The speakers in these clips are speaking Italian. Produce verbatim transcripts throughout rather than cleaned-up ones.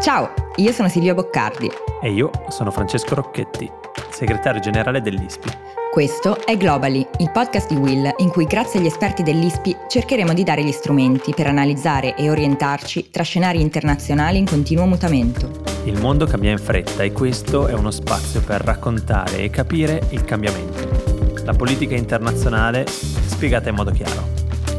Ciao, io sono Silvia Boccardi. E io sono Francesco Rocchetti, segretario generale dell'I S P I. Questo è Globally, il podcast di Will, in cui grazie agli esperti dell'I S P I cercheremo di dare gli strumenti per analizzare e orientarci tra scenari internazionali in continuo mutamento. Il mondo cambia in fretta e questo è uno spazio per raccontare e capire il cambiamento. La politica internazionale spiegata in modo chiaro.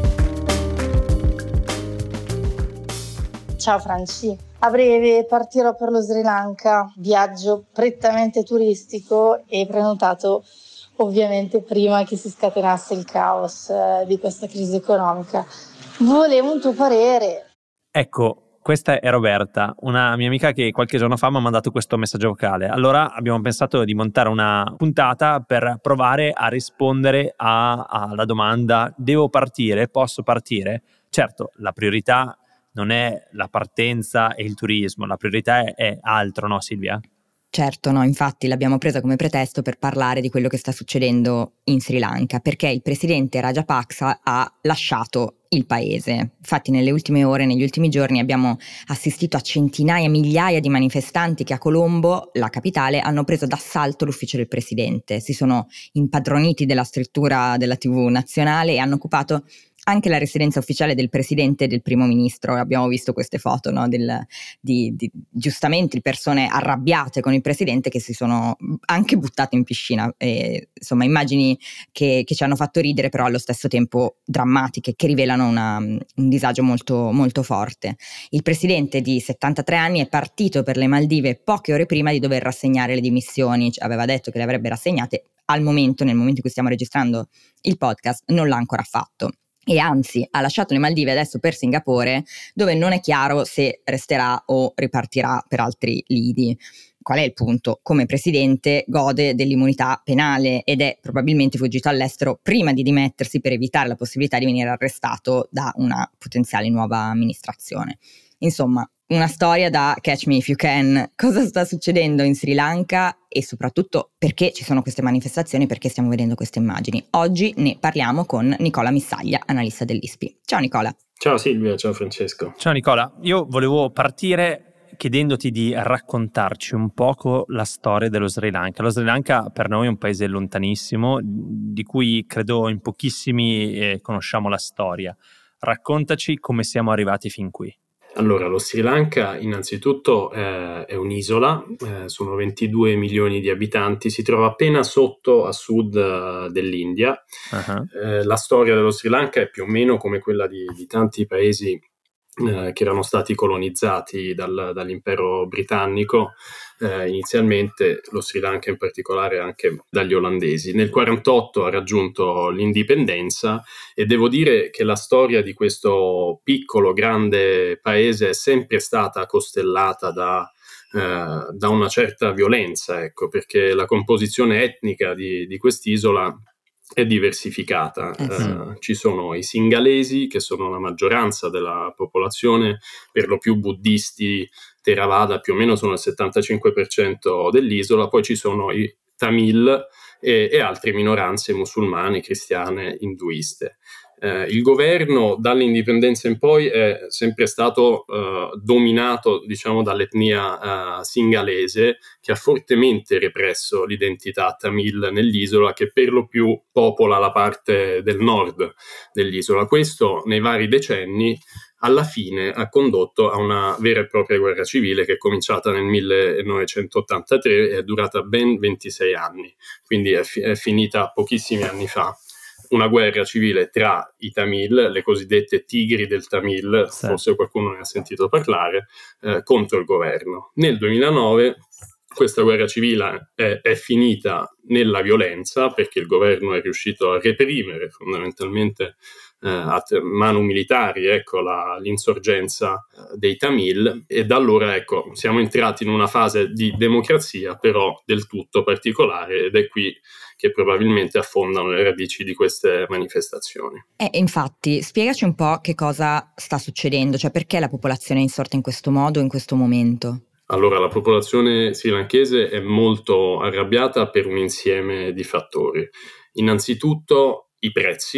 Ciao Franci, a breve partirò per lo Sri Lanka, viaggio prettamente turistico e prenotato ovviamente prima che si scatenasse il caos eh, di questa crisi economica. Volevo un tuo parere. Ecco, questa è Roberta, una mia amica che qualche giorno fa mi ha mandato questo messaggio vocale. Allora abbiamo pensato di montare una puntata per provare a rispondere a, alla domanda: devo partire? Posso partire? Certo, la priorità non è la partenza e il turismo, la priorità è, è altro, no Silvia? Certo, no, infatti l'abbiamo presa come pretesto per parlare di quello che sta succedendo in Sri Lanka, perché il presidente Rajapaksa ha lasciato il paese. Infatti nelle ultime ore, negli ultimi giorni abbiamo assistito a centinaia, migliaia di manifestanti che a Colombo, la capitale, hanno preso d'assalto l'ufficio del presidente. Si sono impadroniti della struttura della tivù nazionale e hanno occupato anche la residenza ufficiale del presidente e del primo ministro. Abbiamo visto queste foto, no, del, di, di giustamente persone arrabbiate con il presidente che si sono anche buttate in piscina. E, insomma, immagini che, che ci hanno fatto ridere, però allo stesso tempo drammatiche, che rivelano una, un disagio molto, molto forte. Il presidente di settantatré anni è partito per le Maldive poche ore prima di dover rassegnare le dimissioni. Aveva detto che le avrebbe rassegnate. Al momento, nel momento in cui stiamo registrando il podcast, non l'ha ancora fatto. E anzi ha lasciato le Maldive adesso per Singapore, dove non è chiaro se resterà o ripartirà per altri lidi. Qual è il punto? Come presidente gode dell'immunità penale ed è probabilmente fuggito all'estero prima di dimettersi per evitare la possibilità di venire arrestato da una potenziale nuova amministrazione. Insomma, una storia da Catch Me If You Can. Cosa sta succedendo in Sri Lanka e soprattutto perché ci sono queste manifestazioni, perché stiamo vedendo queste immagini? Oggi ne parliamo con Nicola Missaglia, analista dell'I S P I. Ciao Nicola. Ciao Silvia, ciao Francesco. Ciao Nicola, io volevo partire chiedendoti di raccontarci un poco la storia dello Sri Lanka. Lo Sri Lanka per noi è un paese lontanissimo, di cui credo in pochissimi eh, conosciamo la storia. Raccontaci come siamo arrivati fin qui. Allora, lo Sri Lanka innanzitutto eh, è un'isola, eh, sono ventidue milioni di abitanti, si trova appena sotto a sud uh, dell'India. Uh-huh. Eh, la storia dello Sri Lanka è più o meno come quella di, di tanti paesi eh, che erano stati colonizzati dal, dall'impero britannico, eh, inizialmente lo Sri Lanka in particolare anche dagli olandesi. Nel quarantotto ha raggiunto l'indipendenza e devo dire che la storia di questo piccolo grande paese è sempre stata costellata da, eh, da una certa violenza, ecco, perché la composizione etnica di, di quest'isola è diversificata. Eh sì. Uh, ci sono i singalesi, che sono la maggioranza della popolazione, per lo più buddisti, Theravada, più o meno sono il settantacinque per cento dell'isola, poi ci sono i Tamil e, e altre minoranze musulmane, cristiane, induiste. Eh, il governo dall'indipendenza in poi è sempre stato eh, dominato, diciamo, dall'etnia eh, singalese, che ha fortemente represso l'identità tamil nell'isola, che per lo più popola la parte del nord dell'isola. Questo nei vari decenni alla fine ha condotto a una vera e propria guerra civile che è cominciata nel millenovecentottantatré e è durata ben ventisei anni, quindi è, fi- è finita pochissimi anni fa. Una guerra civile tra i Tamil, le cosiddette tigri del Tamil, sì. Forse qualcuno ne ha sentito parlare, eh, contro il governo. Nel duemilanove questa guerra civile è, è finita nella violenza, perché il governo è riuscito a reprimere fondamentalmente eh, a manu militari, ecco, la, l'insorgenza dei Tamil, e da allora, ecco, siamo entrati in una fase di democrazia però del tutto particolare, ed è qui che probabilmente affondano le radici di queste manifestazioni. E infatti, spiegaci un po' che cosa sta succedendo, cioè perché la popolazione è insorta in questo modo, in questo momento? Allora, la popolazione srilankese è molto arrabbiata per un insieme di fattori. Innanzitutto i prezzi,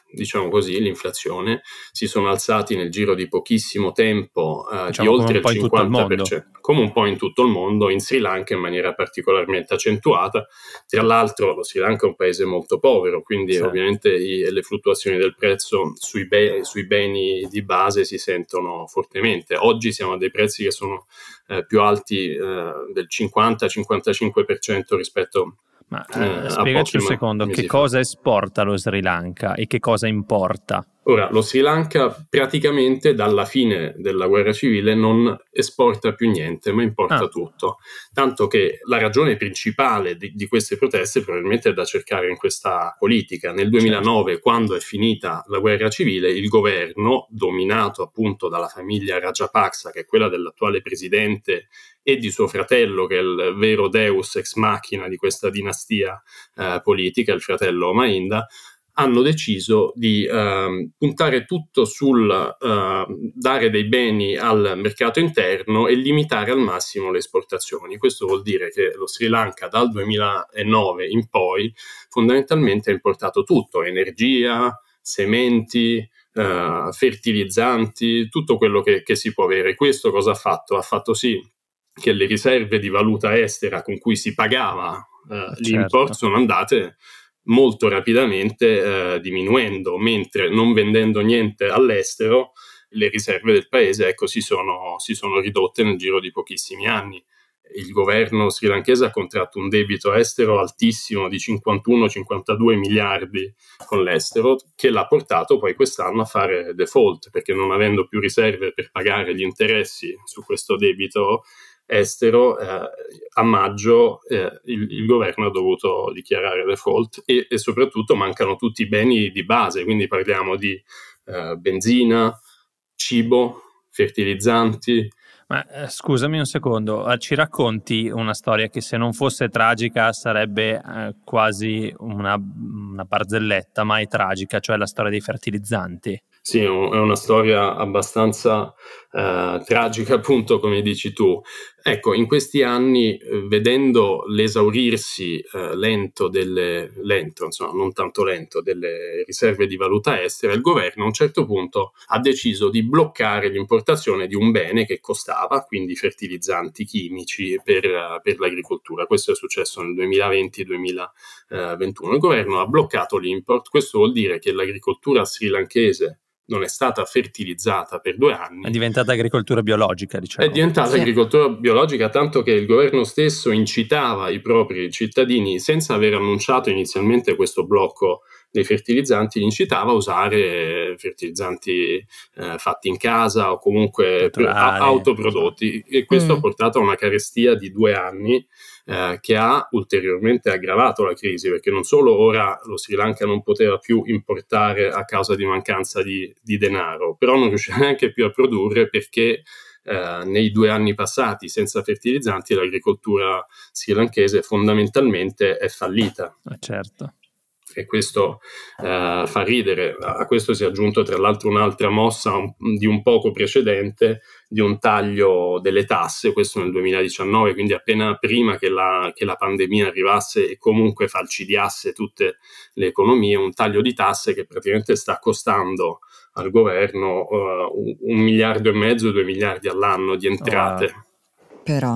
diciamo così, l'inflazione, si sono alzati nel giro di pochissimo tempo eh, diciamo di oltre il cinquanta per cento, il come un po' in tutto il mondo, in Sri Lanka in maniera particolarmente accentuata. Tra l'altro lo Sri Lanka è un paese molto povero, quindi sì. ovviamente i, le fluttuazioni del prezzo sui, be- sui beni di base si sentono fortemente. Oggi siamo a dei prezzi che sono eh, più alti eh, del cinquanta cinquantacinque per cento rispetto Ma eh, spiegaci un secondo, che cosa esporta lo Sri Lanka e che cosa importa? Ora, lo Sri Lanka praticamente dalla fine della guerra civile non esporta più niente, ma importa ah. tutto. Tanto che la ragione principale di, di queste proteste probabilmente è da cercare in questa politica. Nel duemilanove, certo. quando è finita la guerra civile, il governo, dominato appunto dalla famiglia Rajapaksa, che è quella dell'attuale presidente, e di suo fratello, che è il vero deus ex machina di questa dinastia eh, politica, il fratello Mahinda, hanno deciso di uh, puntare tutto sul uh, dare dei beni al mercato interno e limitare al massimo le esportazioni. Questo vuol dire che lo Sri Lanka dal duemilanove in poi fondamentalmente ha importato tutto: energia, sementi, uh, fertilizzanti, tutto quello che, che si può avere. Questo cosa ha fatto? Ha fatto sì che le riserve di valuta estera con cui si pagava uh, certo. l'import sono andate molto rapidamente eh, diminuendo, mentre non vendendo niente all'estero le riserve del paese ecco, si, sono, si sono ridotte nel giro di pochissimi anni. Il governo srilankese ha contratto un debito estero altissimo di cinquantuno cinquantadue miliardi con l'estero, che l'ha portato poi quest'anno a fare default, perché non avendo più riserve per pagare gli interessi su questo debito estero, eh, a maggio eh, il, il governo ha dovuto dichiarare default e, e soprattutto mancano tutti i beni di base, quindi parliamo di eh, benzina, cibo, fertilizzanti. Ma eh, scusami un secondo, ci racconti una storia che se non fosse tragica sarebbe eh, quasi una, una barzelletta, ma è tragica, cioè la storia dei fertilizzanti? Sì, è una storia abbastanza eh, tragica, appunto, come dici tu. Ecco, in questi anni, eh, vedendo l'esaurirsi eh, lento delle, lento, insomma, non tanto lento, delle riserve di valuta estera, il governo a un certo punto ha deciso di bloccare l'importazione di un bene che costava, quindi fertilizzanti chimici per, per l'agricoltura. Questo è successo nel duemilaventi duemilaventuno. Il governo ha bloccato l'import. Questo vuol dire che l'agricoltura srilankese non è stata fertilizzata per due anni. È diventata agricoltura biologica, diciamo. È diventata sì. agricoltura biologica, tanto che il governo stesso incitava i propri cittadini, senza aver annunciato inizialmente questo blocco dei fertilizzanti, li incitava a usare fertilizzanti eh, fatti in casa o comunque per, a, autoprodotti. E questo mm. ha portato a una carestia di due anni Eh, che ha ulteriormente aggravato la crisi, perché non solo ora lo Sri Lanka non poteva più importare a causa di mancanza di, di denaro, però non riusciva neanche più a produrre perché eh, nei due anni passati senza fertilizzanti l'agricoltura srilankese fondamentalmente è fallita. Eh certo. E questo eh, fa ridere. A questo si è aggiunto tra l'altro un'altra mossa un, di un poco precedente, di un taglio delle tasse, questo nel duemiladiciannove, quindi appena prima che la, che la pandemia arrivasse e comunque falcidiasse tutte le economie, un taglio di tasse che praticamente sta costando al governo uh, un, un miliardo e mezzo, due miliardi all'anno di entrate. Wow. Però...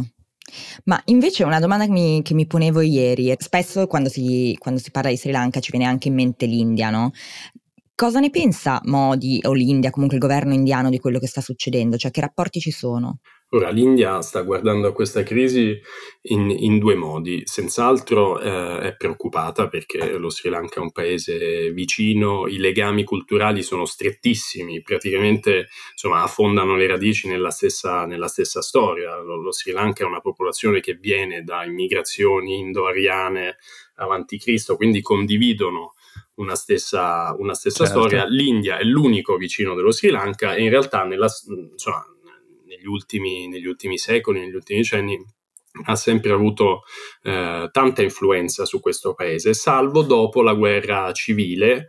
Ma invece una domanda che mi, che mi ponevo ieri, spesso quando si, quando si parla di Sri Lanka ci viene anche in mente l'India, no? Cosa ne pensa Modi o l'India, comunque il governo indiano, di quello che sta succedendo? Cioè, che rapporti ci sono? Ora, l'India sta guardando a questa crisi in, in due modi. Senz'altro eh, è preoccupata perché lo Sri Lanka è un paese vicino, i legami culturali sono strettissimi, praticamente insomma, affondano le radici nella stessa, nella stessa storia. Lo, lo Sri Lanka è una popolazione che viene da immigrazioni indo-ariane avanti Cristo, quindi condividono una stessa, una stessa certo. storia. L'India è l'unico vicino dello Sri Lanka e in realtà nella, insomma, negli ultimi, negli ultimi secoli, negli ultimi decenni ha sempre avuto eh, tanta influenza su questo paese, salvo dopo la guerra civile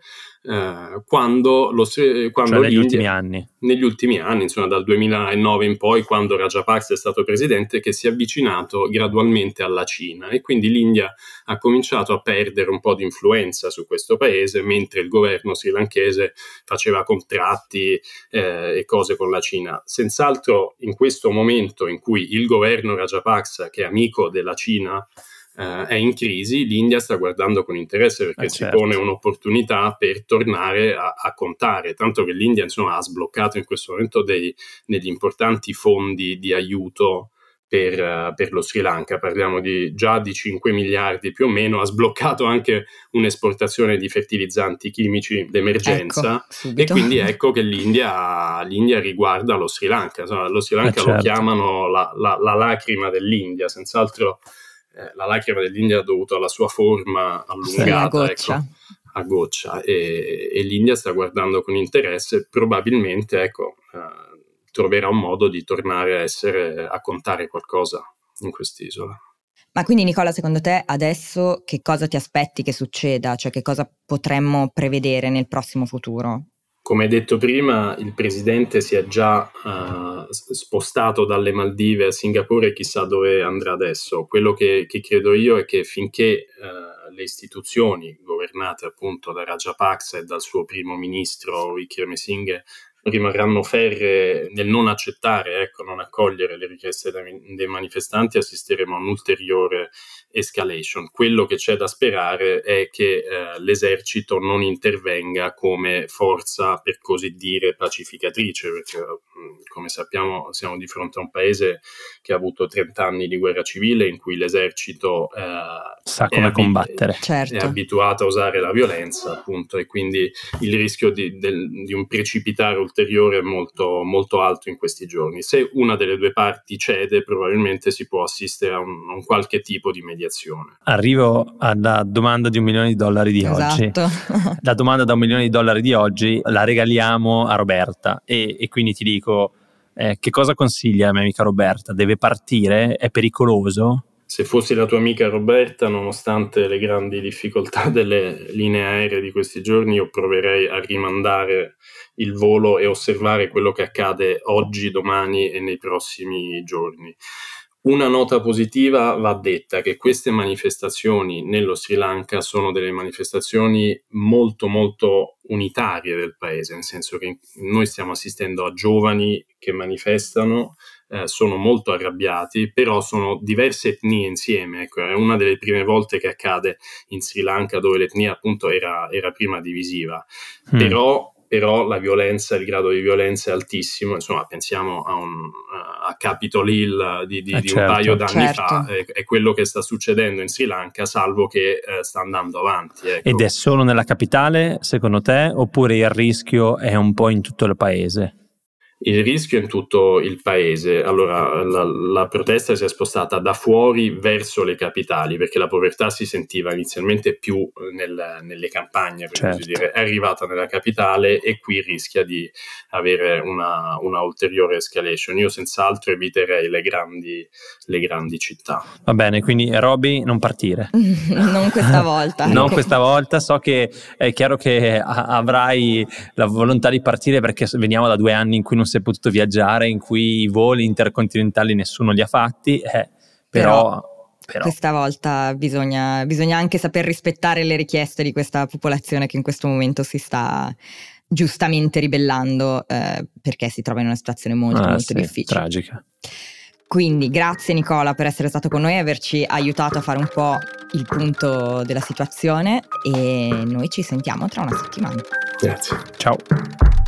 eh, quando, lo, quando cioè negli l'India, ultimi anni. Negli ultimi anni, insomma dal duemilanove in poi, quando Rajapaksa è stato presidente, che si è avvicinato gradualmente alla Cina, e quindi l'India ha cominciato a perdere un po' di influenza su questo paese, mentre il governo srilankese faceva contratti eh, e cose con la Cina. Senz'altro in questo momento in cui il governo Rajapaksa, che è amico della Cina, Uh, è in crisi, l'India sta guardando con interesse, perché eh, si certo. pone un'opportunità per tornare a, a contare, tanto che l'India insomma ha sbloccato in questo momento dei, degli importanti fondi di aiuto per, uh, per lo Sri Lanka. Parliamo di già di cinque miliardi più o meno, ha sbloccato anche un'esportazione di fertilizzanti chimici d'emergenza, ecco, e quindi ecco che l'India, l'India riguarda lo Sri Lanka, insomma, lo Sri Lanka eh, certo. lo chiamano la, la, la lacrima dell'India, senz'altro. Eh, la lacrima dell'India è dovuta alla sua forma allungata, sì, a goccia, ecco, a goccia e, e l'India sta guardando con interesse, probabilmente ecco, eh, troverà un modo di tornare a essere, a contare qualcosa in quest'isola. Ma quindi Nicola, secondo te adesso che cosa ti aspetti che succeda? Cioè che cosa potremmo prevedere nel prossimo futuro? Come detto prima, il presidente si è già uh, spostato dalle Maldive a Singapore, chissà dove andrà adesso. Quello che, che credo io è che finché uh, le istituzioni governate appunto da Rajapaksa e dal suo primo ministro Wickremesinghe rimarranno ferree nel non accettare, ecco, non accogliere le richieste dei, dei manifestanti, assisteremo a un'ulteriore escalation. Quello che c'è da sperare è che eh, l'esercito non intervenga come forza, per così dire, pacificatrice, perché mh, come sappiamo siamo di fronte a un paese che ha avuto trenta anni di guerra civile, in cui l'esercito eh, sa come abi- combattere, certo. è abituato a usare la violenza, appunto, e quindi il rischio di, del, di un precipitare ulteriore è molto, molto alto in questi giorni. Se una delle due parti cede, probabilmente si può assistere a un, a un qualche tipo di mediazione. Arrivo alla domanda di un milione di dollari di esatto. oggi. La domanda da un milione di dollari di oggi la regaliamo a Roberta, e, e quindi ti dico eh, che cosa consiglia la mia amica Roberta? Deve partire? È pericoloso? Se fossi la tua amica Roberta, nonostante le grandi difficoltà delle linee aeree di questi giorni, io proverei a rimandare il volo e osservare quello che accade oggi, domani e nei prossimi giorni. Una nota positiva va detta, che queste manifestazioni nello Sri Lanka sono delle manifestazioni molto molto unitarie del paese, nel senso che noi stiamo assistendo a giovani che manifestano, eh, sono molto arrabbiati, però sono diverse etnie insieme, ecco, è una delle prime volte che accade in Sri Lanka, dove l'etnia appunto era, era prima divisiva, mm. però però la violenza, il grado di violenza è altissimo, insomma pensiamo a, un, a Capitol Hill di, di, eh di certo, un paio d'anni certo. fa, è, è quello che sta succedendo in Sri Lanka, salvo che eh, sta andando avanti. Ecco. Ed è solo nella capitale, secondo te, oppure il rischio è un po' in tutto il paese? Il rischio è in tutto il paese. Allora, la, la protesta si è spostata da fuori verso le capitali, perché la povertà si sentiva inizialmente più nel, nelle campagne, per certo. così dire. È arrivata nella capitale e qui rischia di avere una, una ulteriore escalation. Io senz'altro eviterei le grandi, le grandi città. Va bene, quindi Roby, non partire. Non questa volta. Non questa volta, so che è chiaro che avrai la volontà di partire, perché veniamo da due anni in cui non si è potuto viaggiare, in cui i voli intercontinentali nessuno li ha fatti, eh, però, però, però questa volta bisogna, bisogna anche saper rispettare le richieste di questa popolazione che in questo momento si sta giustamente ribellando, eh, perché si trova in una situazione molto ah, molto sì, difficile. Tragica. Quindi grazie Nicola per essere stato con noi e averci aiutato a fare un po' il punto della situazione, e noi ci sentiamo tra una settimana. Grazie. Ciao.